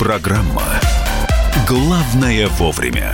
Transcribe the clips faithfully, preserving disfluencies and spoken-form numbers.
Программа «Главное вовремя».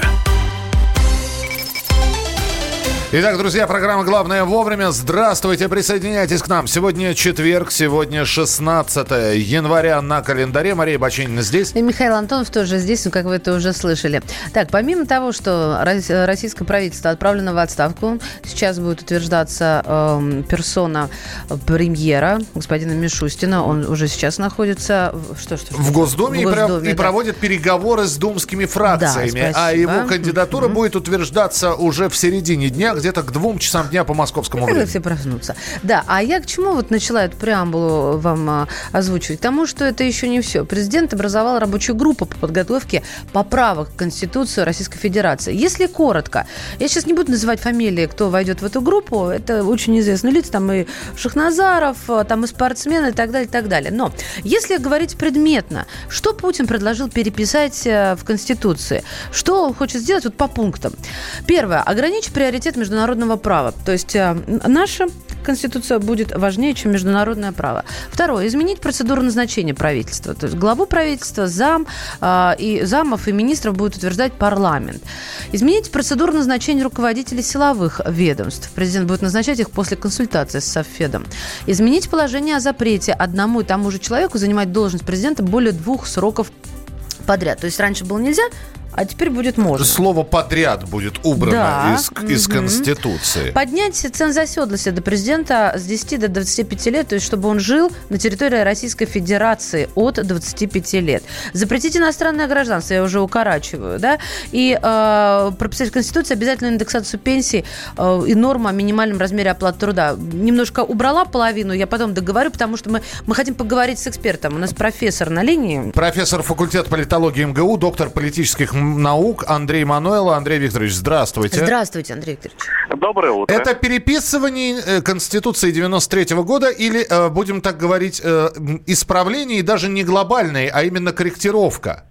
Итак, друзья, программа «Главное вовремя». Здравствуйте, присоединяйтесь к нам. Сегодня четверг, сегодня шестнадцатое января на календаре. Мария Баченина здесь. И Михаил Антонов тоже здесь, ну, как вы это уже слышали. Так, помимо того, что российское правительство отправлено в отставку, сейчас будет утверждаться э, персона премьера, господина Мишустина. Он уже сейчас находится в, что, что, что, в Госдуме, в Госдуме и, да. проводит переговоры с думскими фракциями. Да, а его кандидатура mm-hmm. будет утверждаться уже в середине дня, где-то к двум часам дня по московскому времени. Когда все проснутся. Да, а я к чему вот начала эту преамбулу вам а, озвучивать? К тому, что это еще не все. Президент образовал рабочую группу по подготовке поправок в Конституцию Российской Федерации. Если коротко, я сейчас не буду называть фамилии, кто войдет в эту группу, это очень известные лица, там и Шахназаров, там и спортсмены и так далее, и так далее. Но если говорить предметно, что Путин предложил переписать в Конституции? Что он хочет сделать вот по пунктам? Первое. Ограничить приоритет международного права. То есть э, наша Конституция будет важнее, чем международное право. Второе. Изменить процедуру назначения правительства. То есть главу правительства, зам э, и замов и министров будет утверждать парламент. Изменить процедуру назначения руководителей силовых ведомств. Президент будет назначать их после консультации с Совфедом. Изменить положение о запрете одному и тому же человеку занимать должность президента более двух сроков подряд. То есть раньше было нельзя, а теперь будет можно. Слово «подряд» будет убрано да. из, из угу. Конституции. Поднять ценз оседлости до президента с десяти до двадцати пяти лет, то есть чтобы он жил на территории Российской Федерации от двадцати пяти лет. Запретить иностранное гражданство, я уже укорачиваю, да, и э, прописать в Конституции обязательную индексацию пенсий э, и норму о минимальном размере оплаты труда. Немножко убрала половину, я потом договорю, потому что мы, мы хотим поговорить с экспертом. У нас профессор на линии. Профессор факультета политологии эм гэ у, доктор политических наук Андрей Мануэло. Андрей Викторович, здравствуйте. Здравствуйте, Андрей Викторович. Доброе утро. Это переписывание Конституции девяносто третьего года или, будем так говорить, исправление, и даже не глобальное, а именно корректировка?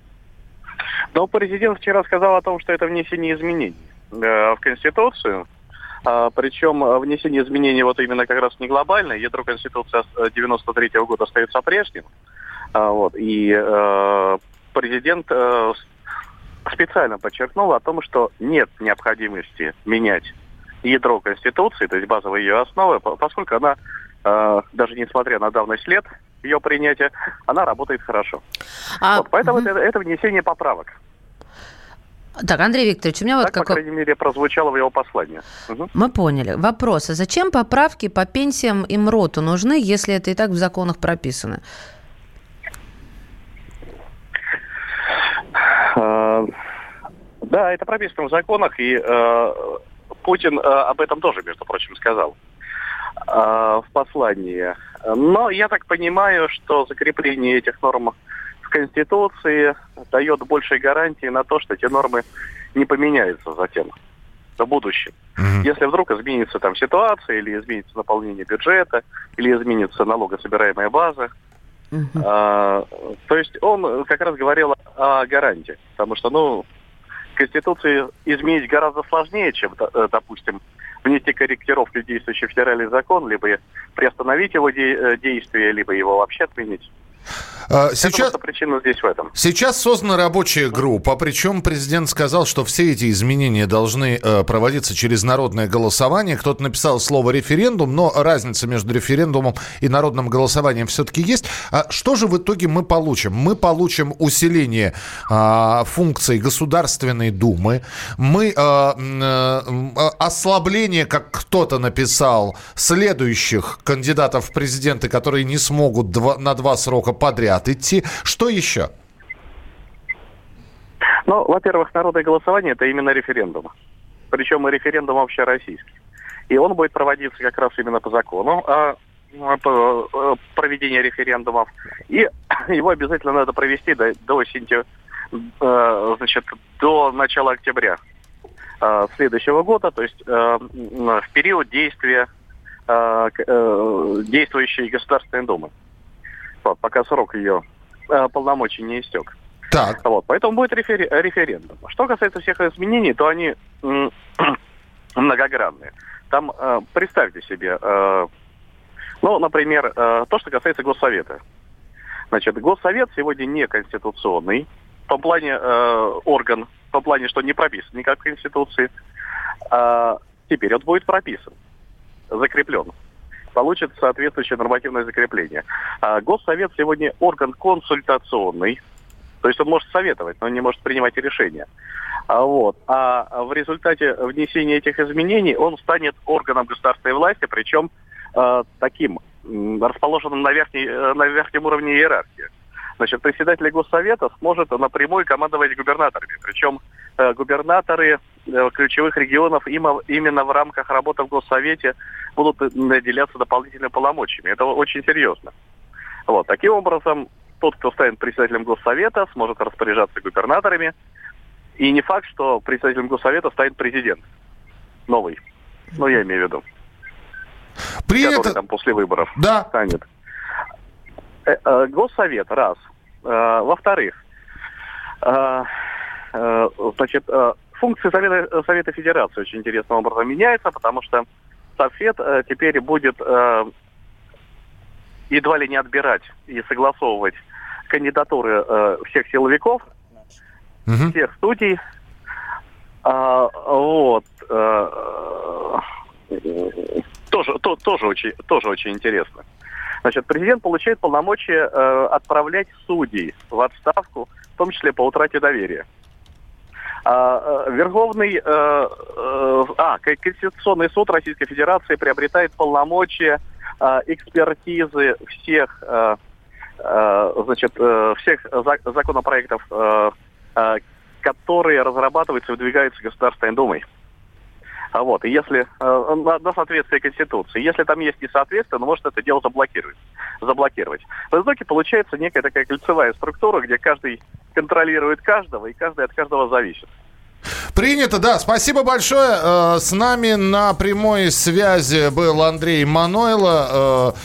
Но президент вчера сказал о том, что это внесение изменений в Конституцию. Причем внесение изменений вот именно как раз не глобальное. Ядро Конституции девяносто третьего года остается прежним. Вот. И президент специально подчеркнул о том, что нет необходимости менять ядро Конституции, то есть базовые ее основы, поскольку она, э, даже несмотря на давность лет ее принятия, она работает хорошо. А, вот, поэтому угу. это, это внесение поправок. Так, Андрей Викторович, у меня вот так, как... по крайней мере, прозвучало в его послании. Угу. Мы поняли. Вопрос. А зачем поправки по пенсиям и МРОТу нужны, если это и так в законах прописано? Да, это прописано в законах, и э, Путин э, об этом тоже, между прочим, сказал э, в послании. Но я так понимаю, что закрепление этих норм в Конституции дает большие гарантии на то, что эти нормы не поменяются затем, в будущем. Mm-hmm. Если вдруг изменится там ситуация, или изменится наполнение бюджета, или изменится налогособираемая база, Uh-huh. А, то есть он как раз говорил о гарантии, потому что, ну, Конституцию изменить гораздо сложнее, чем, допустим, внести корректировки в действующий федеральный закон, либо приостановить его де- действие, либо его вообще отменить. Сейчас, причина здесь в этом. Сейчас создана рабочая группа, причем президент сказал, что все эти изменения должны э, проводиться через народное голосование. Кто-то написал слово «референдум», но разница между референдумом и народным голосованием все-таки есть. А что же в итоге мы получим? Мы получим усиление э, функций Государственной Думы, мы э, э, ослабление, как кто-то написал, следующих кандидатов в президенты, которые не смогут два, на два срока подряд идти. Что еще? Ну, во-первых, народное голосование – это именно референдум. Причем и референдум общероссийский. И он будет проводиться как раз именно по закону о, о проведении референдумов. И его обязательно надо провести до, до сентября, значит, до начала октября следующего года, то есть в период действия действующей Государственной Думы. Вот, пока срок ее э, полномочий не истек. Так. Вот, поэтому будет рефери- референдум. Что касается всех изменений, то они м- многогранные. Там, э, представьте себе, э, ну, например, э, то, что касается Госсовета. Значит, Госсовет сегодня не конституционный, в том плане э, орган, в том плане, что не прописан никак в Конституции. А теперь он будет прописан, закреплен. Получит соответствующее нормативное закрепление. А Госсовет сегодня орган консультационный, то есть он может советовать, но он не может принимать решения. А, вот. а в результате внесения этих изменений он станет органом государственной власти, причем э, таким, расположенным на, верхней, на верхнем уровне иерархии. Значит, председатель Госсовета сможет напрямую командовать губернаторами. Причем э, губернаторы э, ключевых регионов има, именно в рамках работы в Госсовете будут наделяться дополнительными полномочиями. Это очень серьезно. Вот. Таким образом, тот, кто станет председателем Госсовета, сможет распоряжаться губернаторами. И не факт, что председателем Госсовета станет президент новый. Ну, я имею в виду. При который этом... там после выборов да. станет. Э, э, Госсовет, раз. Э, во-вторых, э, э, значит, э, функции Совета, Совета Федерации очень интересным образом меняются, потому что Совет э, теперь будет э, едва ли не отбирать и согласовывать кандидатуры э, всех силовиков, угу. всех студий. А, вот. А, тоже, то, тоже, очень, тоже очень интересно. Значит, президент получает полномочия э, отправлять судей в отставку, в том числе по утрате доверия. А, Верховный, э, э, а, Конституционный суд Российской Федерации приобретает полномочия э, экспертизы всех, э, э, значит, э, всех законопроектов, э, э, которые разрабатываются и выдвигаются Государственной Думой. А вот, и если э, на, на соответствие Конституции, если там есть несоответствие, он может это дело заблокировать. заблокировать. В итоге получается некая такая кольцевая структура, где каждый контролирует каждого, и каждый от каждого зависит. Принято, да. Спасибо большое. С нами на прямой связи был Андрей Манойло.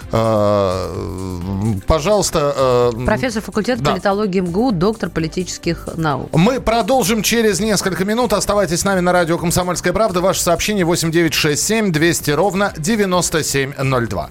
Пожалуйста. Профессор факультета да. политологии МГУ, доктор политических наук. Мы продолжим через несколько минут. Оставайтесь с нами на радио «Комсомольская правда». Ваше сообщение восемь девятьсот шестьдесят семь двести ровно девяносто семь ноль два.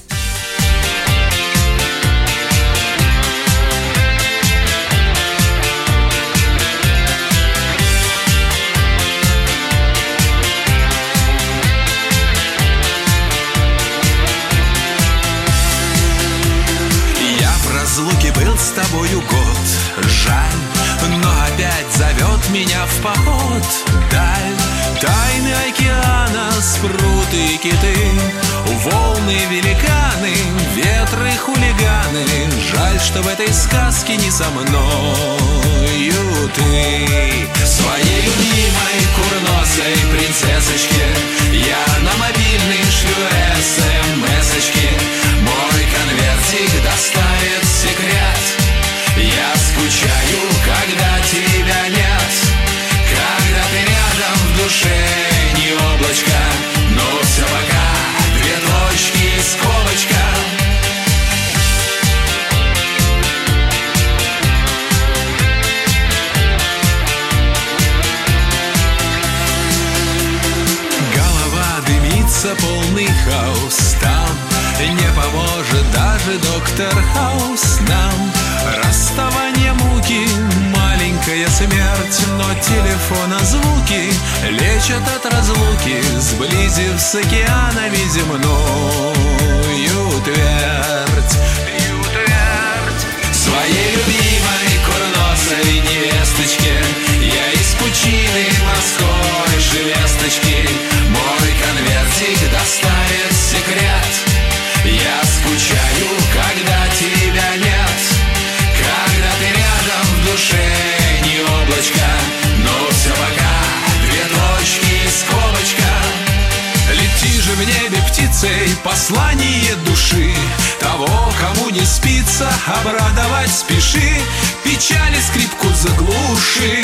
С тобою год, жаль, но опять зовет меня в поход даль. Тайны океана, спруты и киты, волны, великаны, ветры, хулиганы. Жаль, что в этой сказке не со мною ты. Своей любимой курносой принцессочке я на мобильный шлю эс-эм-эсочки. Мой конвертик доставит секрет. Я скучаю, когда тебя нет, когда ты рядом, в душе не облачко. Но все пока, две точки, скобочка. Голова дымится, полный хаос там. Не поможет даже доктор Хаус нам. Расставание муки, маленькая смерть, но телефона звуки лечат от разлуки, сблизив с океанами земною твердь. Своей любимой курносой невесточке я из пучины морской шелесточки. Мой конвертик доставит секрет. Я скучаю, когда тебя нет, когда ты рядом, в душе не облачко. Но все пока, две точки, скобочка. Лети же в небе птицей послание души, того, кому не спится, обрадовать спеши. Печали скрипку заглуши.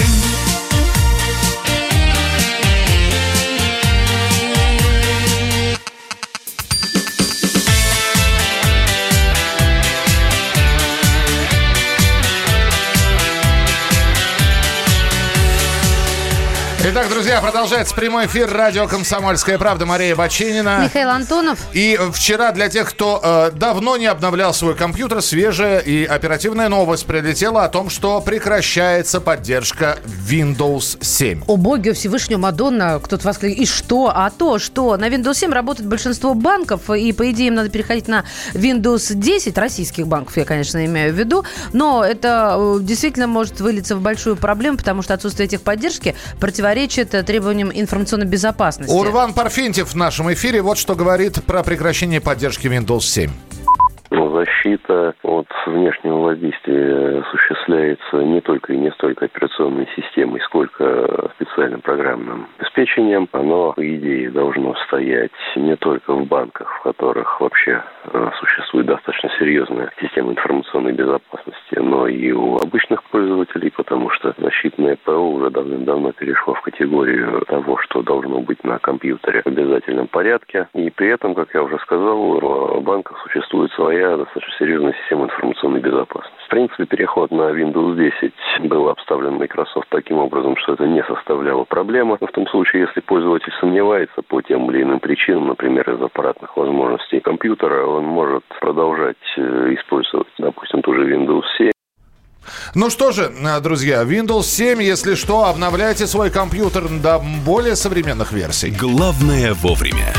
Итак, друзья, Друзья, продолжается прямой эфир радио «Комсомольская правда». Мария Баченина. Михаил Антонов. И вчера для тех, кто э, давно не обновлял свой компьютер, свежая и оперативная новость прилетела о том, что прекращается поддержка Windows семь. О боги, о Всевышнего Мадонна. Кто-то воскликнул. И что? А то, что на Windows семь работает большинство банков, и, по идее, им надо переходить на Windows десять, российских банков, я, конечно, имею в виду, но это действительно может вылиться в большую проблему, потому что отсутствие техподдержки противоречит требованиям информационной безопасности. Урван Парфентьев в нашем эфире вот что говорит про прекращение поддержки Windows семь. Защита от внешнего воздействия осуществляется не только и не столько операционной системой, сколько специальным программным обеспечением. Оно, по идее, должно стоять не только в банках, в которых вообще существует достаточно серьезная система информационной безопасности, но и у обычных пользователей, потому что защитное ПО уже давным-давно перешло в категорию того, что должно быть на компьютере в обязательном порядке. И при этом, как я уже сказал, у банков существует своя достаточно серьезная система информационной безопасности. В принципе, переход на Windows десять был обставлен Microsoft таким образом, что это не составляло проблемы. Но в том случае, если пользователь сомневается по тем или иным причинам, например, из аппаратных возможностей компьютера, он может продолжать использовать, допустим, ту же Windows семь. Ну что же, друзья, Windows семь, если что, обновляйте свой компьютер до более современных версий. Главное вовремя.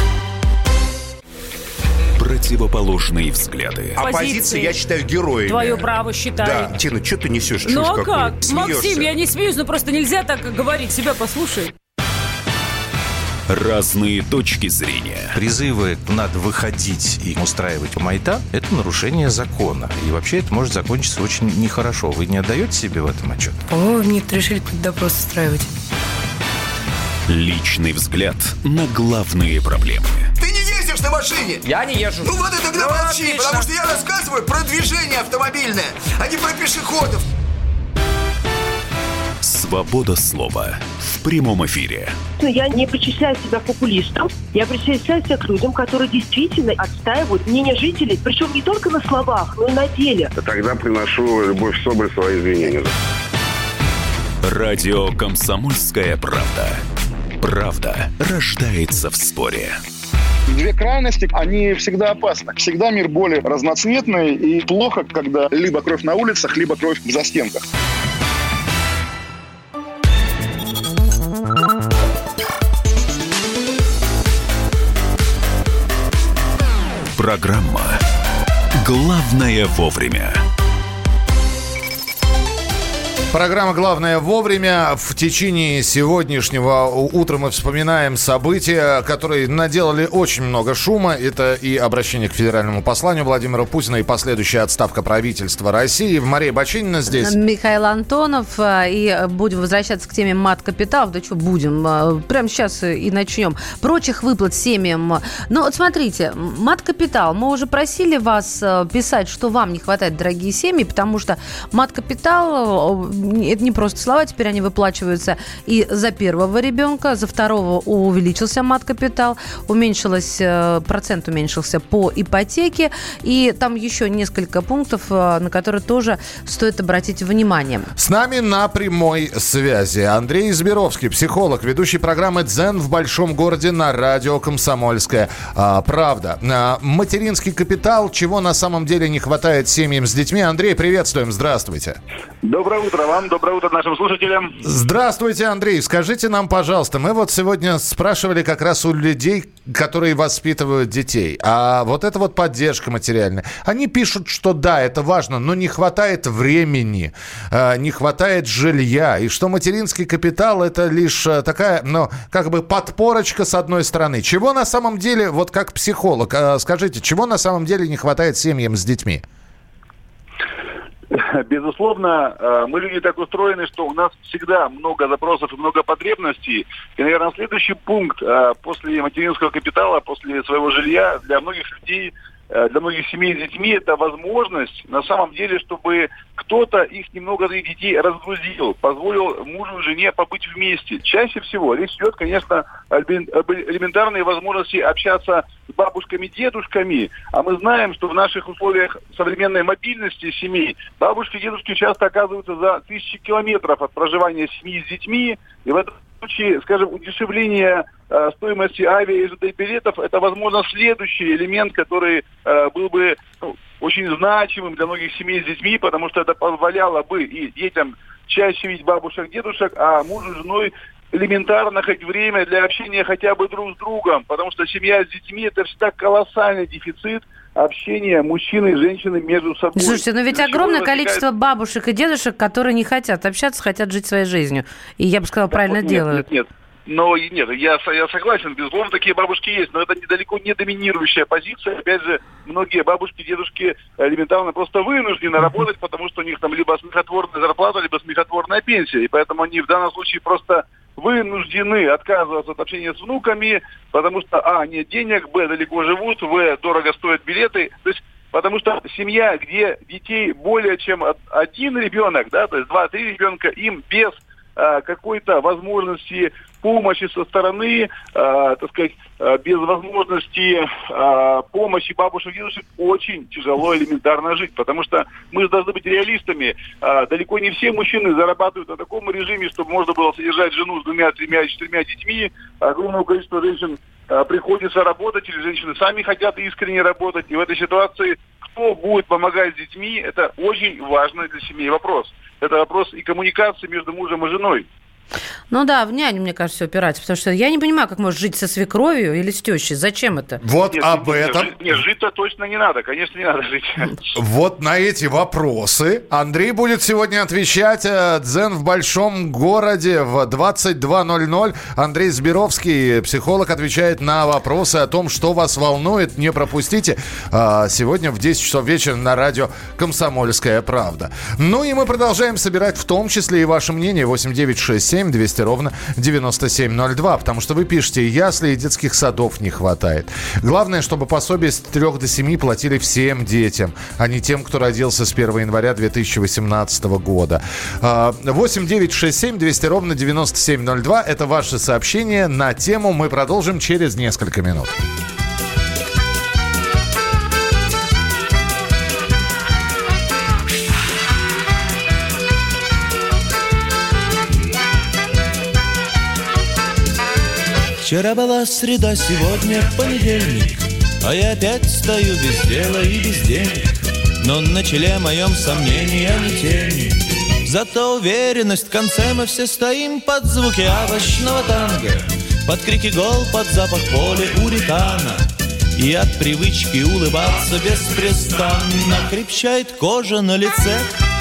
Противоположные взгляды. Оппозиция, я считаю, героями. Твое право считаю. Да, Тина, что ты несешь? Ну а какую? как? Смеешься. Максим, я не смеюсь, но просто нельзя так говорить. Себя послушай. Разные точки зрения. Призывы «надо выходить и устраивать майдан» — это нарушение закона. И вообще это может закончиться очень нехорошо. Вы не отдаете себе в этом отчет? О, нет, решили какой-то допрос устраивать. Личный взгляд на главные проблемы. Ты не ездишь на машине? Я не езжу. Ну вот и тогда ну, молчи, отлично. потому что я рассказываю про движение автомобильное, а не про пешеходов. Свобода слова в прямом эфире. Я не причисляю себя к популистам. Я причисляю себя к людям, которые действительно отстаивают мнение жителей. Причем не только на словах, но и на деле. Тогда приношу Любовь Соболь свои извинения. Радио «Комсомольская правда». Правда рождается в споре. Две крайности, они всегда опасны. Всегда мир более разноцветный, и плохо, когда либо кровь на улицах, либо кровь в застенках. Программа «Главное вовремя». Программа «Главное вовремя». В течение сегодняшнего утра мы вспоминаем события, которые наделали очень много шума. Это и обращение к федеральному посланию Владимира Путина, и последующая отставка правительства России. Мария Баченина здесь. Михаил Антонов. И будем возвращаться к теме мат-капиталов. Да что будем? Прямо сейчас и начнем. Прочих выплат семьям. Но вот смотрите, мат-капитал. Мы уже просили вас писать, что вам не хватает, дорогие семьи, потому что мат-капитал... Это не просто слова, теперь они выплачиваются и за первого ребенка, за второго увеличился мат-капитал, уменьшилось, процент уменьшился по ипотеке, и там еще несколько пунктов, на которые тоже стоит обратить внимание. С нами на прямой связи Андрей Избировский, психолог, ведущий программы «Дзен в большом городе» на радио «Комсомольская правда». Материнский капитал, чего на самом деле не хватает семьям с детьми. Андрей, приветствуем, здравствуйте. Доброе утро вам, доброе утро нашим слушателям. Здравствуйте, Андрей. Скажите нам, пожалуйста, мы вот сегодня спрашивали как раз у людей, которые воспитывают детей, а вот эта вот поддержка материальная. Они пишут, что да, это важно, но не хватает времени, не хватает жилья, и что материнский капитал — это лишь такая, ну, как бы подпорочка с одной стороны. Чего на самом деле, вот как психолог, скажите, чего на самом деле не хватает семьям с детьми? Безусловно, мы люди так устроены, что у нас всегда много запросов и много потребностей. И, наверное, следующий пункт после материнского капитала, после своего жилья для многих людей, для многих семей с детьми, это возможность, на самом деле, чтобы кто-то их немного, их детей разгрузил, позволил мужу и жене побыть вместе. Чаще всего речь идет, конечно, об элементарной возможности общаться с бабушками, дедушками. А мы знаем, что в наших условиях современной мобильности семей бабушки и дедушки часто оказываются за тысячи километров от проживания семьи с детьми. И в этом случае, скажем, удешевление э, стоимости авиа и ЖД-билетов, это, возможно, следующий элемент, который э, был бы ну, очень значимым для многих семей с детьми, потому что это позволяло бы и детям чаще видеть бабушек, дедушек, а мужу с женой элементарно находить время для общения хотя бы друг с другом, потому что семья с детьми – это всегда колоссальный дефицит общения мужчины и женщины между собой. Слушайте, но ведь Для огромное возникает... количество бабушек и дедушек, которые не хотят общаться, хотят жить своей жизнью. И я бы сказала, Да, правильно вот нет, делают. Нет, нет. Но нет, я, я согласен, безусловно, такие бабушки есть, но это недалеко не доминирующая позиция. Опять же, многие бабушки, дедушки элементарно просто вынуждены работать, потому что у них там либо смехотворная зарплата, либо смехотворная пенсия. И поэтому они в данном случае просто вынуждены отказываться от общения с внуками, потому что, а, нет денег, б, далеко живут, в, дорого стоят билеты. То есть, потому что семья, где детей более чем один ребенок, да, то есть два-три ребенка, им без а, какой-то возможности помощи со стороны, э, так сказать, э, без возможности э, помощи бабушек и дедушек очень тяжело элементарно жить, потому что мы должны быть реалистами. Э, далеко не все мужчины зарабатывают на таком режиме, чтобы можно было содержать жену с двумя, тремя, четырьмя детьми. Огромное количество женщин э, приходится работать, или женщины сами хотят искренне работать. И в этой ситуации кто будет помогать с детьми, это очень важный для семьи вопрос. Это вопрос и коммуникации между мужем и женой. Ну да, в няню, мне кажется, все упирается, потому что я не понимаю, как можно жить со свекровью или с тещей. Зачем это? Вот нет, об нет, этом... Нет, нет, жить-то точно не надо, конечно, не надо жить. Вот на эти вопросы Андрей будет сегодня отвечать. Дзен в большом городе в двадцать два ноль ноль. Андрей Збировский, психолог, отвечает на вопросы о том, что вас волнует. Не пропустите. Сегодня в десять часов вечера на радио «Комсомольская правда». Ну и мы продолжаем собирать в том числе и ваше мнение. восемь девять шесть семь двести ровно девяносто семь ноль два, потому что вы пишете, яслей и детских садов не хватает. Главное, чтобы пособие с трёх до семи платили всем детям, а не тем, кто родился с первого января две тысячи восемнадцатого года. восемь девять шесть семь двести ровно девяносто семь ноль два. Это ваши сообщения на тему. Мы продолжим через несколько минут. Вчера была среда, сегодня понедельник, а я опять стою без дела и без денег. Но на челе моем сомнения не тени. Зато уверенность, в конце мы все стоим под звуки овощного танго, под крики гол, под запах поля уритана. И от привычки улыбаться беспрестанно крепчает кожа на лице.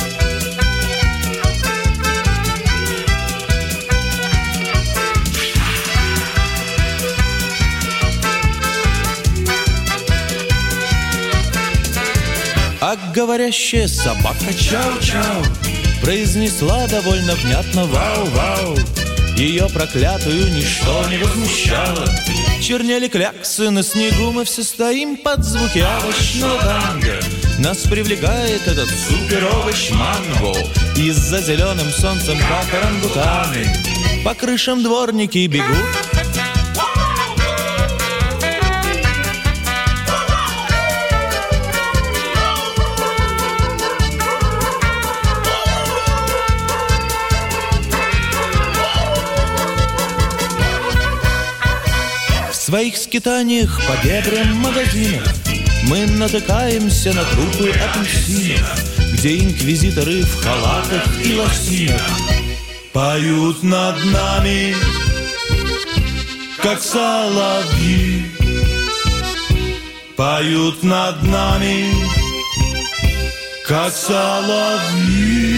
А говорящая собака чау-чау произнесла довольно внятно вау-вау. Ее проклятую ничто не возмущало. Чернели кляксы на снегу, мы все стоим под звуки овощного танго. Нас привлекает этот супер-овощ манго. И за зеленым солнцем, как орангутаны, по крышам дворники бегут. В своих скитаниях по дебрям магазинов мы натыкаемся на трупы апельсинов, где инквизиторы в халатах и лосинах поют над нами, как соловьи. Поют над нами, как соловьи.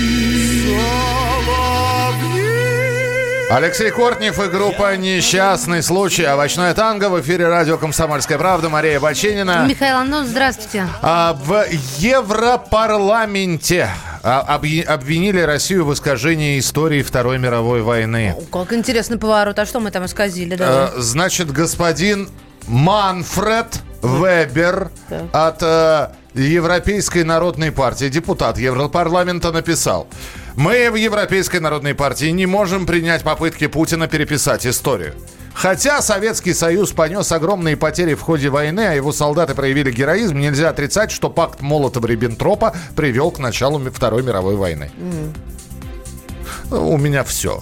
Алексей Кортнев и группа «Несчастный случай». Овощное танго в эфире радио «Комсомольская правда». Мария Баченина. Михаил Антонов, здравствуйте. А, в Европарламенте обвинили Россию в искажении истории Второй мировой войны. Как интересный поворот. А что мы там исказили? Давай. Значит, господин Манфред Вебер от э, Европейской народной партии, депутат Европарламента, написал: «Мы в Европейской народной партии не можем принять попытки Путина переписать историю. Хотя Советский Союз понес огромные потери в ходе войны, а его солдаты проявили героизм, нельзя отрицать, что пакт Молотова-Риббентропа привел к началу Второй мировой войны». Mm. У меня все.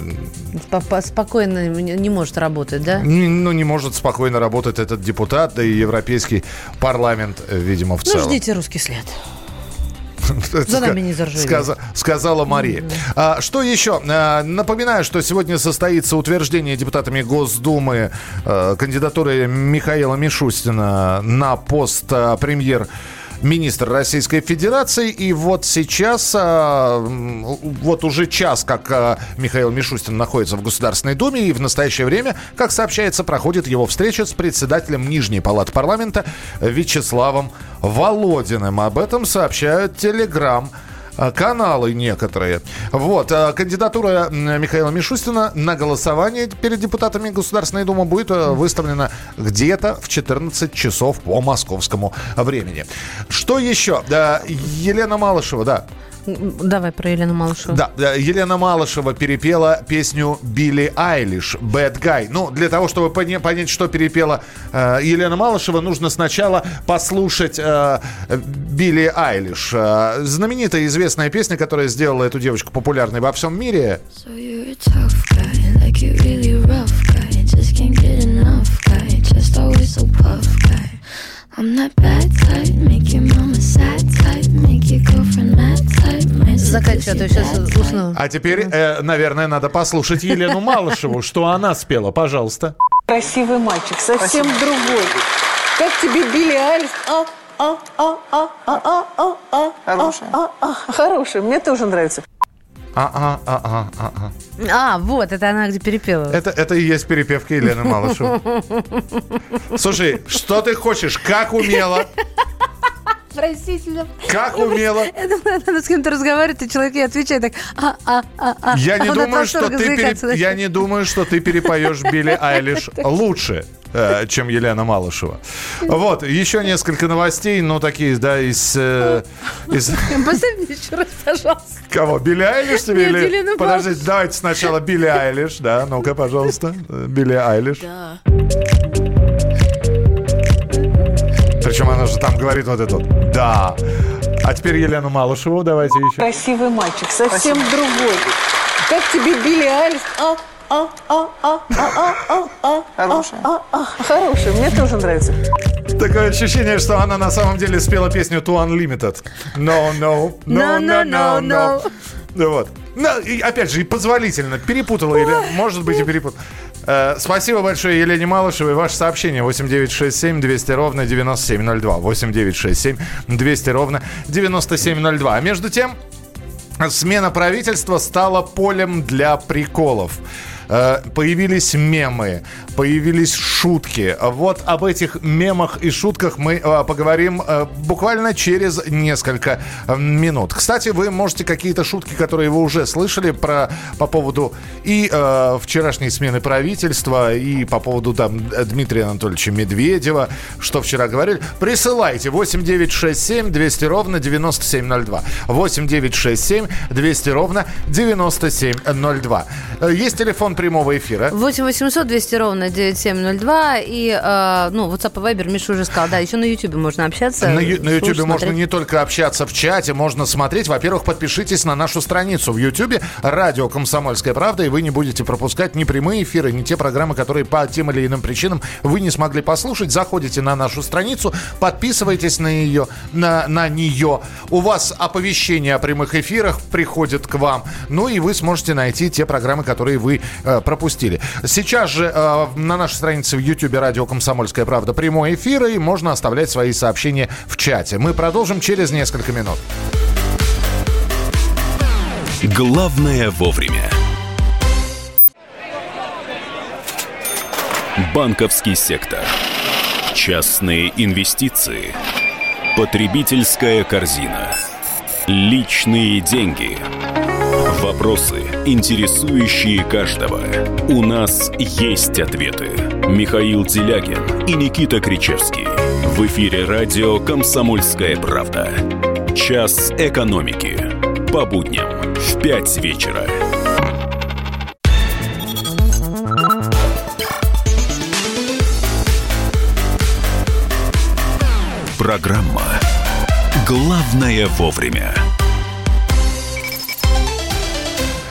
Спокойно не может работать, да? Ну, не может спокойно работать этот депутат, да и Европейский парламент, видимо, в целом. Ну, ждите русский след. За нами не заржавеет. Сказ, сказала Мария. Mm-hmm. А, что еще? А, напоминаю, что сегодня состоится утверждение депутатами Госдумы а, кандидатуры Михаила Мишустина на пост а, премьер-министра Российской Федерации. И вот сейчас, а, вот уже час, как а, Михаил Мишустин находится в Государственной Думе, и в настоящее время, как сообщается, проходит его встреча с председателем Нижней палаты парламента Вячеславом Володиным. Об этом сообщают Телеграм каналы некоторые. Вот. Кандидатура Михаила Мишустина на голосование перед депутатами Государственной Думы будет выставлена где-то в четырнадцать часов по московскому времени. Что еще? Елена Малышева, да. Давай про Елену Малышеву. Да, Елена Малышева перепела песню Билли Айлиш «Bad Guy». Ну, для того, чтобы поня- понять, что перепела э, Елена Малышева, нужно сначала послушать э, Билли Айлиш. Э, знаменитая известная песня, которая сделала эту девочку популярной во всем мире. So you're a tough guy, like you really rough guy, just can't get enough guy, just always so puff guy. I'm that bad type, make your mama sad type, make your girlfriend mad type. Заканчиваю, а то сейчас усну. А теперь, э, наверное, надо послушать Елену Малышеву, что она спела. Пожалуйста. Красивый мальчик, совсем Спасибо. Другой. Как тебе Билли Айлиш? А, а, а, а, а, а, а, Хорошая. А, а, а. Хорошая, мне тоже нравится. А, а, а, а, а. А, вот, это она где перепела. Это, это и есть перепевка Елены Малышевой. Слушай, что ты хочешь? Как умела? Простите. Как умела? Я думаю, она с кем-то разговаривает, и человек ей отвечает так, а, а, а, а. Я не а думаю, что ты переп... Я не думаю, что ты перепоешь Билли Айлиш лучше, э, чем Елена Малышева. Вот, еще несколько новостей, ну, такие, да, из... Э, из... Поставь мне еще раз, пожалуйста. Кого, Билли Айлиш тебе? Нет, или... Елену Подождите, Малышеву. давайте сначала Билли Айлиш, да, ну-ка, пожалуйста, Билли Айлиш. Да. Причем она же там говорит вот это вот. Да. А теперь Елену Малышеву давайте еще. Красивый мальчик, совсем Спасибо. Другой. Как тебе Билли Айлиш? А, а, а, а, а, а, а, Хорошая. А, а, а. Хорошая, мне тоже нравится. Такое ощущение, что она на самом деле спела песню To Unlimited. No, no, no, no, no, no. Да вот. Ну, и опять же, и позволительно. Перепутала или, может быть, и перепутала. Э, спасибо большое Елене Малышевой. Ваше сообщение восемь девятьсот шестьдесят семь двести ровно девяносто семь ноль два. восемь девятьсот шестьдесят семь двести ровно девяносто семь ноль два. А между тем, смена правительства стала полем для приколов. Появились мемы, появились шутки. Вот об этих мемах и шутках мы поговорим буквально через несколько минут. Кстати, вы можете какие-то шутки, которые вы уже слышали про, по поводу и э, вчерашней смены правительства, и по поводу там, Дмитрия Анатольевича Медведева, что вчера говорили, присылайте восемь девятьсот шестьдесят семь двести ровно девяносто семь ноль два. восемь девятьсот шестьдесят семь двести ровно девяносто семь ноль два. Есть телефон прямого эфира. восемь восемьсот двести ровно девяносто семь ноль два. И, э, ну, WhatsApp и Viber, Миша уже сказал. Да, еще на YouTube можно общаться. На, на YouTube слушать, можно смотреть. не только общаться в чате, можно смотреть. Во-первых, подпишитесь на нашу страницу в YouTube «Радио Комсомольская правда», и вы не будете пропускать ни прямые эфиры, ни те программы, которые по тем или иным причинам вы не смогли послушать. Заходите на нашу страницу, подписывайтесь на ее, на, на нее. У вас оповещение о прямых эфирах приходит к вам. Ну и вы сможете найти те программы, которые вы э, пропустили. Сейчас же э, на нашей странице в YouTube «Радио Комсомольская правда» прямой эфир, и можно оставлять свои сообщения в чате. Мы продолжим через несколько минут. Главное вовремя. Банковский сектор. Частные инвестиции. Потребительская корзина. Личные деньги. Вопросы, интересующие каждого. У нас есть ответы. Михаил Делягин и Никита Кричевский. В эфире радио «Комсомольская правда». Час экономики. По будням в пять вечера. Программа «Главное вовремя».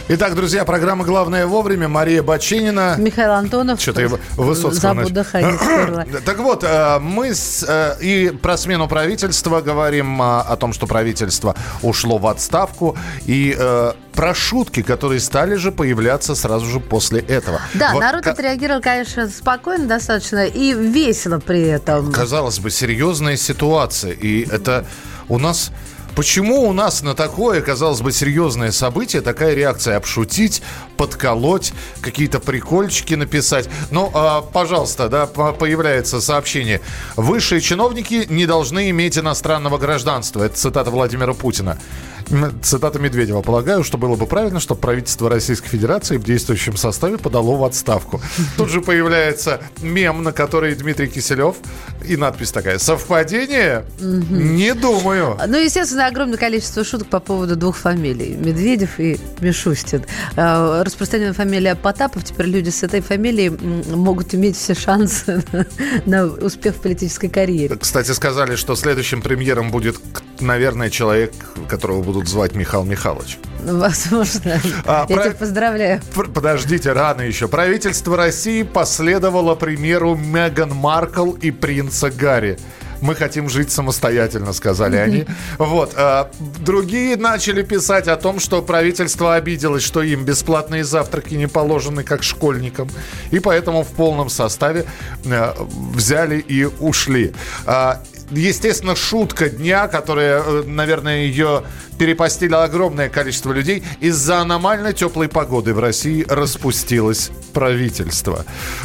Итак, друзья, программа «Главное вовремя». Мария Баченина. Михаил Антонов. Что-то я Высоцкого забуду доходить. Так вот, мы с, и про смену правительства говорим, о том, что правительство ушло в отставку, и э, про шутки, которые стали же появляться сразу же после этого. Да, вот, народ к... отреагировал, конечно, спокойно достаточно и весело при этом. Казалось бы, серьезная ситуация, и это у нас... Почему у нас на такое, казалось бы, серьезное событие такая реакция? Обшутить, подколоть, какие-то прикольчики написать. Ну, а, пожалуйста, да, появляется сообщение. Высшие чиновники не должны иметь иностранного гражданства. Это цитата Владимира Путина. Цитата Медведева. Полагаю, что было бы правильно, чтобы правительство Российской Федерации в действующем составе подало в отставку. Тут же появляется мем, на который Дмитрий Киселев. И надпись такая. Совпадение? Не думаю. Ну, естественно, огромное количество шуток по поводу двух фамилий. Медведев и Мишустин. Распространенная фамилия Потапов. Теперь люди с этой фамилией могут иметь все шансы на успех в политической карьере. Кстати, сказали, что следующим премьером будет, наверное, человек, которого будут звать Михаил Михайлович. Возможно. А, Я про... тебя поздравляю. Подождите, рано еще. Правительство России последовало примеру Меган Маркл и принца Гарри. Мы хотим жить самостоятельно, сказали они. Вот. А, другие начали писать о том, что правительство обиделось, что им бесплатные завтраки не положены, как школьникам. И поэтому в полном составе а, взяли и ушли. А, естественно, шутка дня, которая, наверное, ее перепостило огромное количество людей. Из-за аномально теплой погоды в России распустилось правительство.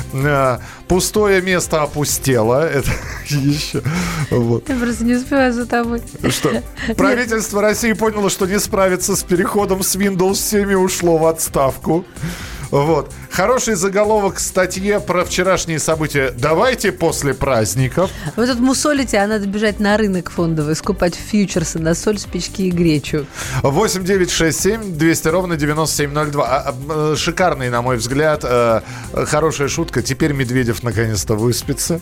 Пустое место опустело. Это еще... Вот. Я просто не успеваю за тобой. Что? Правительство Нет. России поняло, что не справится с переходом с Windows семь и ушло в отставку. Вот. Хороший заголовок к статье про вчерашние события. Давайте после праздников. Вы тут мусолите, а надо бежать на рынок фондовый, скупать фьючерсы на соль, спички и гречу. восемь девять шесть семь двести ровно девяносто семь ноль два. Шикарный, на мой взгляд, хорошая шутка. Теперь Медведев наконец-то выспится.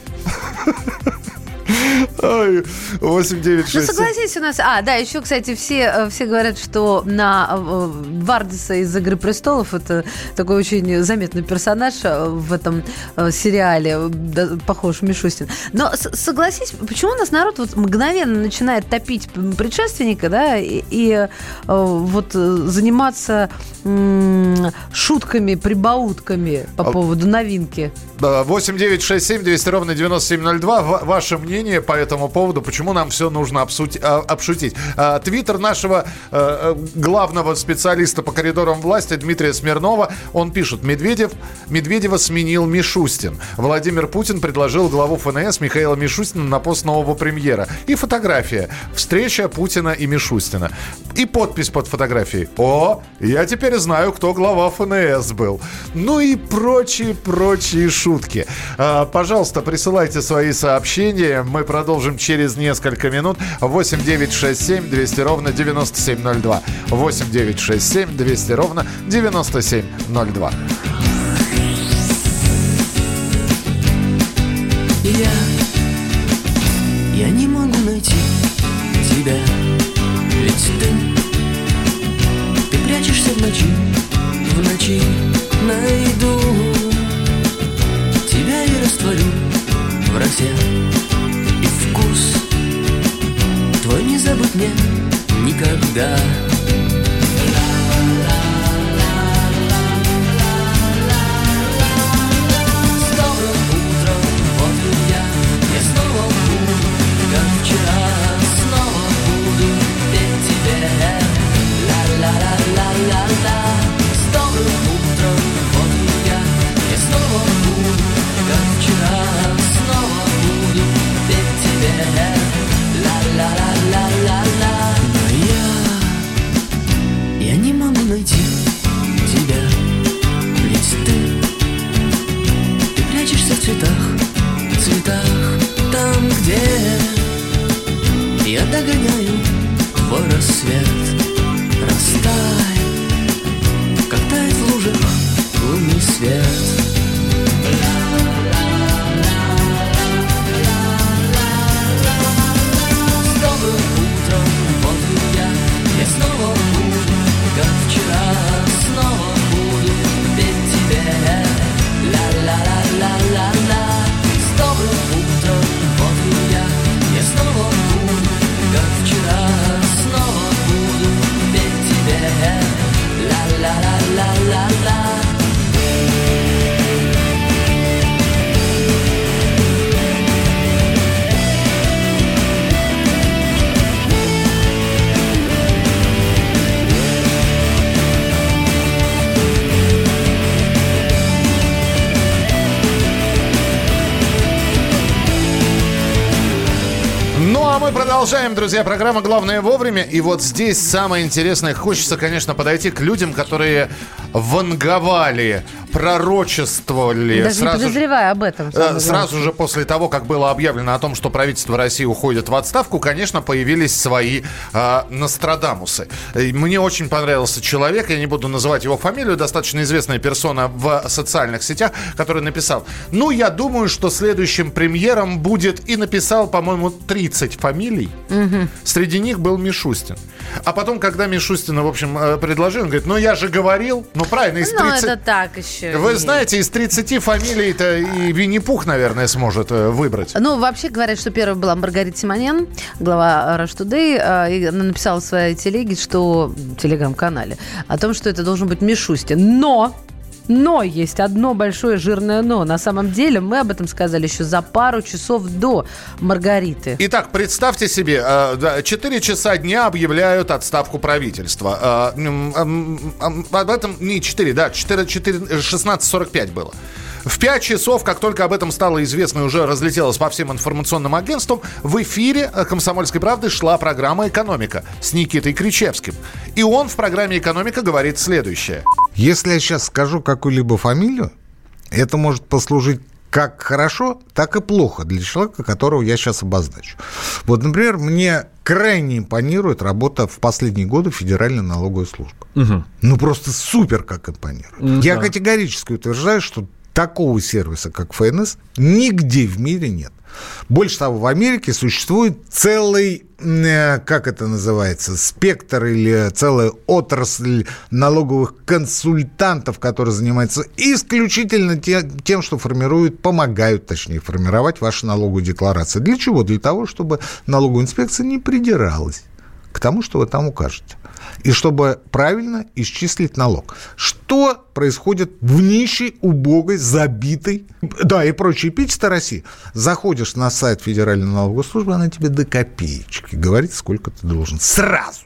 восемь девять шесть. Ну, согласись, у нас... А, да, еще, кстати, все, все говорят, что на Вардиса из «Игры престолов» это такой очень заметный персонаж в этом сериале, да, похож Мишустин. Но согласись, почему у нас народ вот мгновенно начинает топить предшественника, да, и, и вот заниматься м- шутками, прибаутками по поводу новинки? восемь девять шесть семь двести ровно девяносто семь ноль два. Ваше мнение по этому поводу, почему нам все нужно обсуть, обшутить. Твиттер нашего главного специалиста по коридорам власти Дмитрия Смирнова, он пишет: Медведев, Медведева сменил Мишустин. Владимир Путин предложил главу ФНС Михаила Мишустина на пост нового премьера. И фотография. Встреча Путина и Мишустина. И подпись под фотографией. О, я теперь знаю, кто глава ФНС был. Ну и прочие-прочие шутки. Пожалуйста, присылайте свои сообщения. Мы продолжим через несколько минут. восемь девять шесть семь двести ровно девяносто семь ноль два. восемь девять шесть семь двести ровно девяносто семь ноль два. Я, я не могу найти тебя, ведь ты, ты прячешься в ночи, в ночи найду тебя и растворю в росе. Вкус твой не забудь мне никогда. С добрым утром, вот и я, я снова буду, как вчера, снова буду петь тебе. Ла-ла-ла-ла-ла-ла. С добрым утром, вот и я, я снова буду, как вчера, снова буду петь тебе. Ла-ла-ла-ла-ла-ла. Я, я не могу найти тебя, ведь ты, ты прячешься в цветах, цветах, там, где я догоняю твой рассвет. Растай, как тает в лужах лунный свет. Я снова буду, как вчера, снова Ну, а мы продолжаем, друзья. Программа «Главное вовремя». И вот здесь самое интересное. Хочется, конечно, подойти к людям, которые ванговали, пророчествовали. Даже сразу не подозревая же, об этом. Сразу же после того, как было объявлено о том, что правительство России уходит в отставку, конечно, появились свои э, Нострадамусы. Мне очень понравился человек, я не буду называть его фамилию, достаточно известная персона в социальных сетях, который написал: ну, я думаю, что следующим премьером будет, и написал, по-моему, тридцать фамилий. Угу. Среди них был Мишустин. А потом, когда Мишустина, в общем, предложил, он говорит: ну, я же говорил, ну, правильно, из тридцати... Ну, это так еще. Вы знаете, из тридцати фамилий-то и Винни-Пух, наверное, сможет выбрать. Ну, вообще говорят, что первой была Маргарита Симонян, глава Rush Today, и она написала в своей телеге, что... в телеграм-канале, о том, что это должен быть Мишустин. Но... Но есть одно большое жирное но. На самом деле мы об этом сказали еще за пару часов до Маргариты. Итак, представьте себе, четыре часа дня объявляют отставку правительства. Об этом не четыре, да, шестнадцать сорок пять было. В пять часов, как только об этом стало известно и уже разлетелось по всем информационным агентствам, в эфире «Комсомольской правды» шла программа «Экономика» с Никитой Кричевским. И он в программе «Экономика» говорит следующее. Если я сейчас скажу какую-либо фамилию, это может послужить как хорошо, так и плохо для человека, которого я сейчас обозначу. Вот, например, мне крайне импонирует работа в последние годы Федеральной налоговой службы. Угу. Ну, просто супер как импонирует. Mm-hmm. Я категорически утверждаю, что такого сервиса, как эф эн эс, нигде в мире нет. Больше того, в Америке существует целый, как это называется, спектр или целая отрасль налоговых консультантов, которые занимаются исключительно тем, что формируют, помогают, точнее, формировать ваши налоговые декларации. Для чего? Для того, чтобы налоговая инспекция не придиралась к тому, что вы там укажете. И чтобы правильно исчислить налог. Что происходит в нищей, убогой, забитой, да, и прочие эпитеты России? Заходишь на сайт Федеральной налоговой службы, она тебе до копеечки говорит, сколько ты должен. Сразу.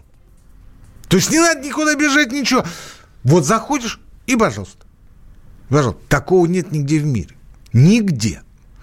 То есть не надо никуда бежать, ничего. Вот заходишь и, пожалуйста. Пожалуйста. Такого нет нигде в мире. Нигде.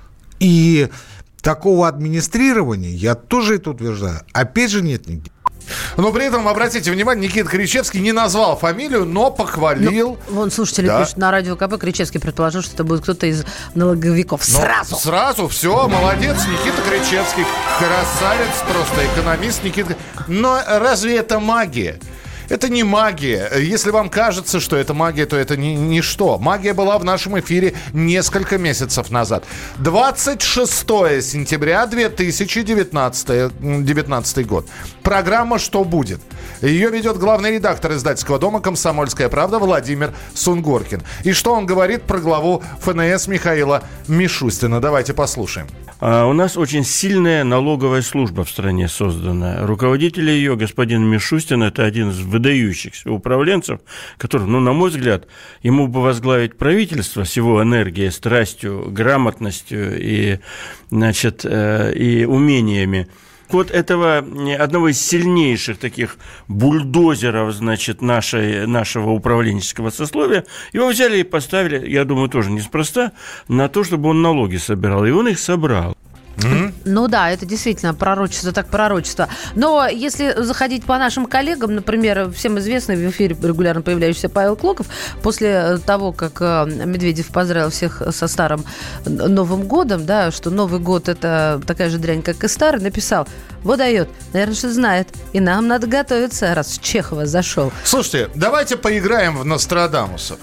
И такого администрирования, я тоже это утверждаю, опять же нет нигде. Но при этом, обратите внимание, Никита Кричевский не назвал фамилию, но похвалил. Ну, вон слушатели да. пишут на радио КП, Кричевский предположил, что это будет кто-то из налоговиков. Сразу! Но сразу, все, молодец, Никита Кричевский. Красавец, просто экономист Никита. Но разве это магия? Это не магия. Если вам кажется, что это магия, то это ни, ничто. Магия была в нашем эфире несколько месяцев назад. двадцать шестого сентября две тысячи девятнадцатый год. Программа «Что будет?». Ее ведет главный редактор издательского дома «Комсомольская правда» Владимир Сунгоркин. И что он говорит про главу эф эн эс Михаила Мишустина? Давайте послушаем. А у нас очень сильная налоговая служба в стране создана. Руководитель ее, господин Мишустин, это один из выдающихся управленцев, который, ну, на мой взгляд, ему бы возглавить правительство с его энергией, страстью, грамотностью и, значит, и умениями. Вот этого одного из сильнейших таких бульдозеров, значит, нашей, нашего управленческого сословия, его взяли и поставили, я думаю, тоже неспроста, на то, чтобы он налоги собирал. И он их собрал. Mm-hmm. Ну да, это действительно пророчество, так пророчество. Но если заходить по нашим коллегам, например, всем известный в эфире регулярно появляющийся Павел Клоков, после того, как Медведев поздравил всех со старым Новым годом, да, что Новый год это такая же дрянь, как и старый, написал: вот дает, наверное, что знает, и нам надо готовиться, раз Чехова зашел. Слушайте, давайте поиграем в Нострадамусов.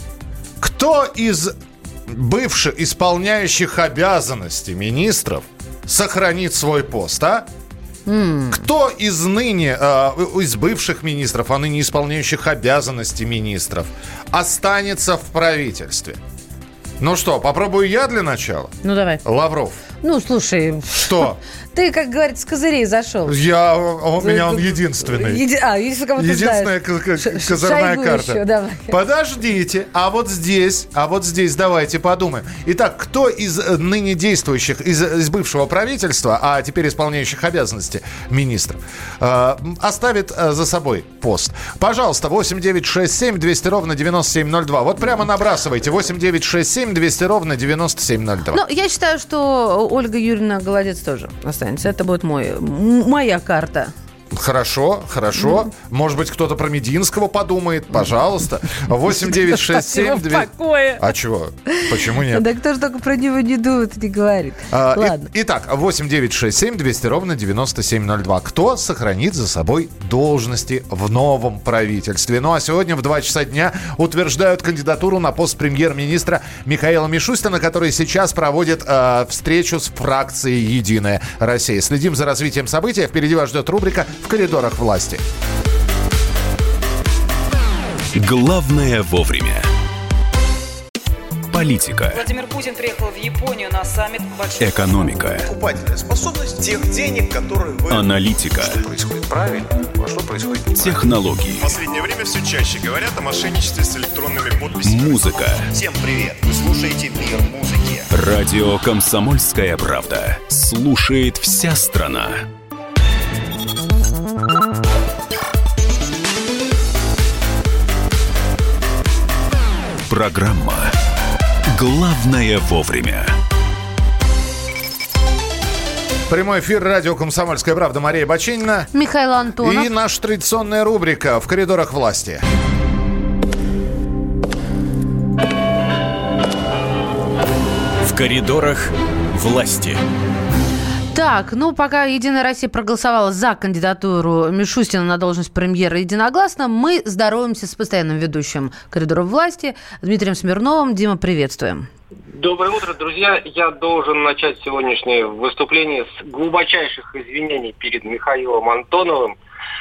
Кто из бывших исполняющих обязанности министров сохранит свой пост, а? Mm. Кто из ныне, э, из бывших министров, а ныне исполняющих обязанности министров, останется в правительстве? Ну что, попробую я для начала? Ну, давай. Лавров. Ну, слушай. Что? Ты, как говорится, с козырей зашел. Я, у меня он единственный. Еди... А, если кого-то единственная знаешь. к- к- козырная Шойгу карта. еще, давай. Подождите, а вот здесь, а вот здесь давайте подумаем. Итак, кто из ныне действующих, из, из бывшего правительства, а теперь исполняющих обязанности министров, э, оставит э, за собой пост? Пожалуйста, восемь девятьсот шестьдесят семь двести ровно девяносто семь ноль два. Вот прямо набрасывайте. восемь девятьсот шестьдесят семь двести ровно девяносто семь ноль два. Ну, я считаю, что Ольга Юрьевна Голодец тоже останется. Это будет мой, м- моя карта. Хорошо, хорошо. Mm. Может быть, кто-то про Мединского подумает. Пожалуйста. восемь девять шесть семь А чего? Почему нет? Да кто же только про него не думает, не говорит. А, Ладно. И, итак, восемь девять шесть семь двести ровно девяносто семь ноль два. Кто сохранит за собой должности в новом правительстве? Ну а сегодня в два часа дня утверждают кандидатуру на пост премьер-министра Михаила Мишустина, который сейчас проводит э, встречу с фракцией «Единая Россия». Следим за развитием событий. Впереди вас ждет рубрика «В коридорах власти». Главное вовремя. Политика. Владимир Путин приехал в Японию на саммит большой... Экономика. Покупательная способность тех денег, которые вы... Аналитика. Что происходит правильно, а что происходит неправильно. Технологии. В последнее время все чаще говорят о мошенничестве с электронными подписями. Музыка. Всем привет. Вы слушаете «Мир музыки». Радио «Комсомольская правда». Слушает вся страна. Программа «Главное вовремя». Прямой эфир радио «Комсомольская правда». Мария Бачинина. Михаил Антонов. И наша традиционная рубрика «В коридорах власти». В коридорах власти. Так, ну, пока «Единая Россия» проголосовала за кандидатуру Мишустина на должность премьера единогласно, мы здороваемся с постоянным ведущим «Коридоров власти» Дмитрием Смирновым. Дима, приветствуем. Доброе утро, друзья. Я должен начать сегодняшнее выступление с глубочайших извинений перед Михаилом Антоновым.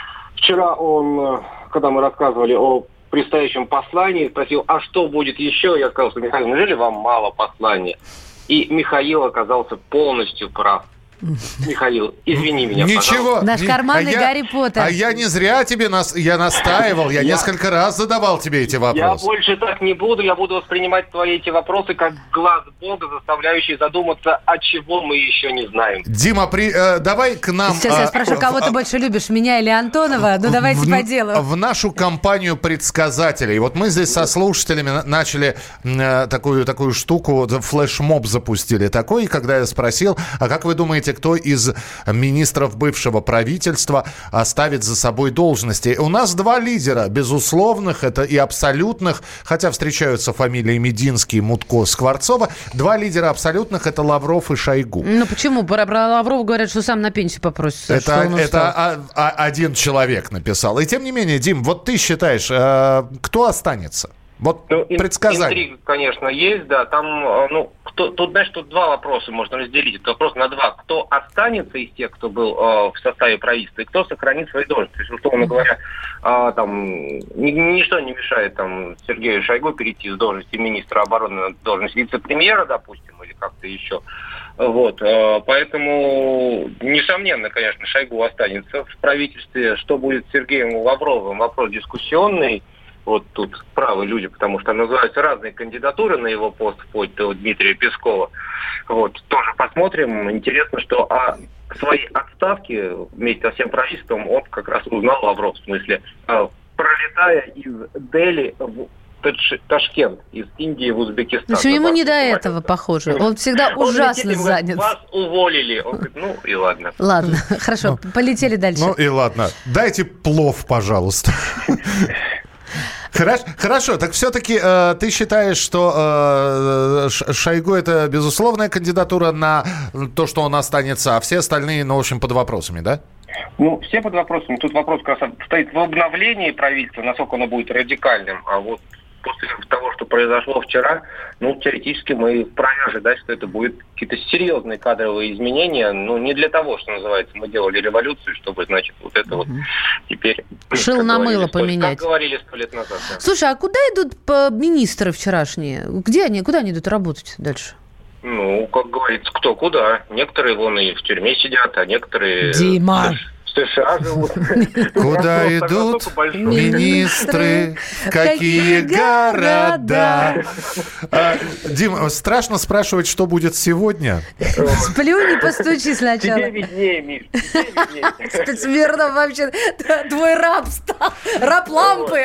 Вчера он, когда мы рассказывали о предстоящем послании, спросил, а что будет еще? Я сказал, что Михаил, неужели вам мало послания? И Михаил оказался полностью прав. Михаил, извини меня, Ничего. пожалуйста. Наш карманный а Гарри я, Поттер. А я не зря тебе нас, я настаивал, я, я несколько раз задавал тебе эти вопросы. Я больше так не буду, я буду воспринимать твои эти вопросы как глаз Бога, заставляющий задуматься, о чего мы еще не знаем. Дима, при, э, давай к нам... Сейчас э, я спрошу, кого э, ты больше любишь, меня или Антонова? Ну, давайте в, по делу. В нашу компанию предсказателей. Вот мы здесь со слушателями начали э, такую, такую штуку, флешмоб запустили такой, когда я спросил, а как вы думаете, кто из министров бывшего правительства оставит за собой должности? У нас два лидера, безусловных, это и абсолютных, хотя встречаются фамилии Мединский, Мутко, Скворцова. Два лидера абсолютных — это Лавров и Шойгу. Ну почему? Про, про Лаврова говорят, что сам на пенсию попросится. Это, это а, а, один человек написал. И тем не менее, Дим, вот ты считаешь, э, кто останется? Вот ну, предсказание. Интрига, конечно, есть, да. Там, ну, кто, тут, знаешь, тут два вопроса можно разделить. Это вопрос на два. Кто останется из тех, кто был э, в составе правительства, и кто сохранит свои должности. То есть, условно говоря, э, там, ни, ничто не мешает там Сергею Шойгу перейти с должности министра обороны на должность вице-премьера, допустим, или как-то еще. Вот, э, поэтому, несомненно, конечно, Шойгу останется в правительстве. Что будет с Сергеем Лавровым? Вопрос дискуссионный. Вот тут правы люди, потому что называются разные кандидатуры на его пост, вплоть до Дмитрия Пескова. Вот, тоже посмотрим. Интересно, что о своей отставке вместе со всем правительством он как раз узнал Лавров, в смысле, пролетая из Дели в Ташкент, из Индии в Узбекистан. В общем, ему не до этого, похоже. Он всегда он ужасно летит, занят. Вас уволили. Он говорит, ну и ладно. Ладно, хорошо, полетели дальше. Ну и ладно. Дайте плов, пожалуйста. Хорошо, хорошо, так все-таки э, ты считаешь, что э, Шойгу — это безусловная кандидатура на то, что он останется, а все остальные, ну, в общем, под вопросами, да? Ну, все под вопросами. Тут вопрос как раз стоит в обновлении правительства, насколько оно будет радикальным. А вот после того, что произошло вчера, ну, теоретически мы вправе ожидать, что это будут какие-то серьезные кадровые изменения. Ну, не для того, что называется, мы делали революцию, чтобы, значит, вот это вот теперь... Шил на мыло поменять. Как говорили сто лет назад. Да. Слушай, а куда идут министры вчерашние? Где они, куда они идут работать дальше? Ну, как говорится, кто куда. Некоторые вон и в тюрьме сидят, а некоторые... Дима! В США живут. Куда идут министры, какие города? Дим, страшно спрашивать, что будет сегодня. Сплюнь и постучи сначала. Тебе виднее, Миш, тебе виднее. Спецмирно вообще твой раб стал. Раб лампы.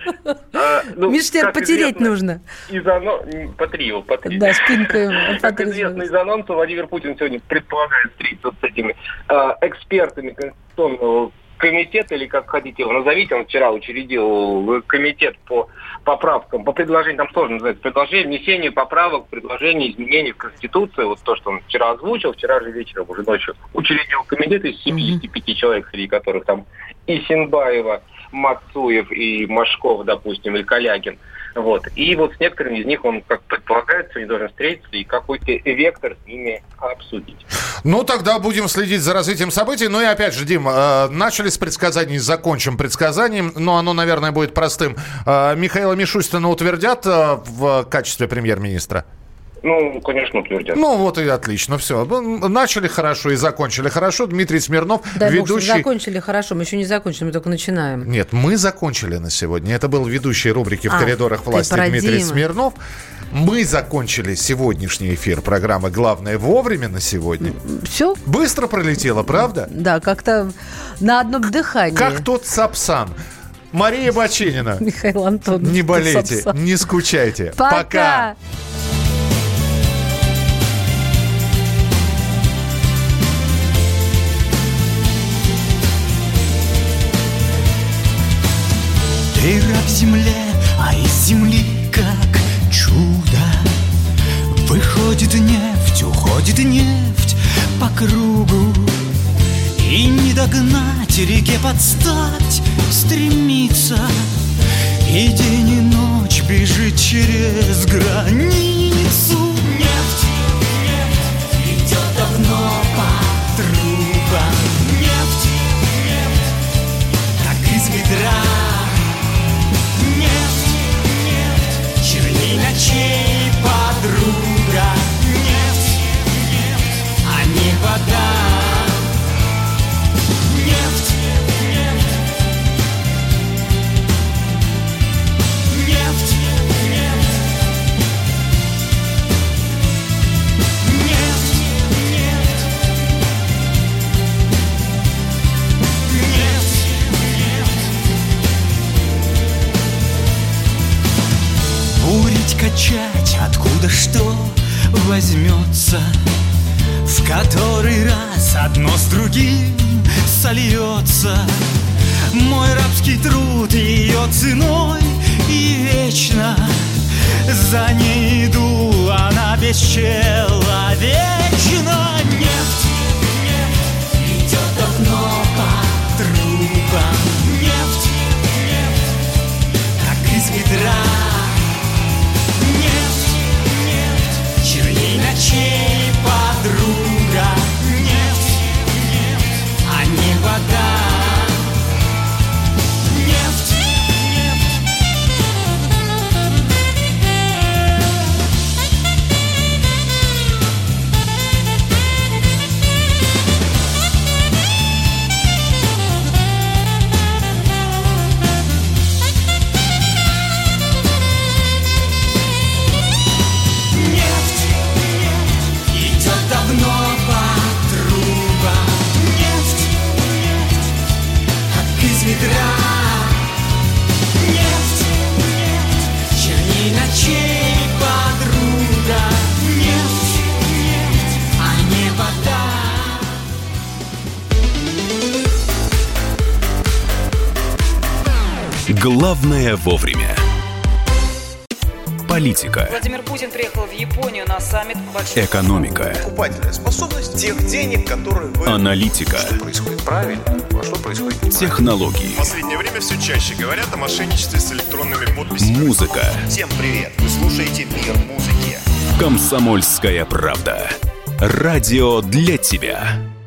А, ну, Миш, теперь как потереть известно, нужно. Из ано... По три его, по три. Да, спинку ему Как известно из анонса, Владимир Путин сегодня предполагает встретиться с этими э, экспертами Конституционного комитета, или как хотите его назовите. Он вчера учредил комитет по поправкам, по предложениям, там сложно называется, предложение, внесение поправок, предложений, изменений в Конституцию. Вот то, что он вчера озвучил, вчера же вечером, уже ночью, учредил комитет из семидесяти пяти человек, среди которых там и Синбаева, Мацуев, и Машков, допустим, или Калягин. Вот. И вот с некоторыми из них он, как предполагается, сегодня должен встретиться и какой-то вектор с ними обсудить. Ну, тогда будем следить за развитием событий. Ну и опять же, Дим, э, начали с предсказаний, закончим предсказанием. Но оно, наверное, будет простым. Э, Михаила Мишустина утвердят э, в качестве премьер-министра? Ну, конечно, утвердят. Ну, вот и отлично, все. Начали хорошо и закончили хорошо. Дмитрий Смирнов, Дай ведущий... бог, что закончили хорошо, мы еще не закончили, мы только начинаем. Нет, мы закончили на сегодня. Это был ведущий рубрики «В а, коридорах власти» парадима. Дмитрий Смирнов. Мы закончили сегодняшний эфир программы «Главное вовремя» на сегодня. Все? Быстро пролетело, правда? Да, как-то на одном дыхании. Как тот Сапсан. Мария Баченина. Михаил Антонович. Не болейте, не скучайте. Пока. Пока. Ты раб земле, а из земли как чудо выходит нефть, уходит нефть по кругу. И не догнать, реке подстать стремится, и день и ночь бежит через границу. Нефть, нефть идет давно по трубам. Нефть, нефть, как из ведра. Ночей подруга, нефть, нефть, а не вода. Нефть, нефть, нефть, нефть, нефть, нефть, нефть. Бурить, качать, откуда что возьмется, в который раз одно с другим сольется. Мой рабский труд ее ценой и вечно за ней иду, она бесчеловечна. Нефть, нефть идет давно по трубам. Нефть, нефть, как из ведра. Ночей подруга, нефть, нефть, а не вода. Нефть, Главное вовремя. Политика. Владимир Путин приехал в Японию на саммит большой... Экономика. Покупательная способность тех денег, которые вы... Аналитика. Что происходит правильно, а что происходит неправильно. Технологии. В последнее время все чаще говорят о мошенничестве с электронными подписями. Музыка. Всем привет! Вы слушаете «Мир музыки». Комсомольская правда. Радио для тебя.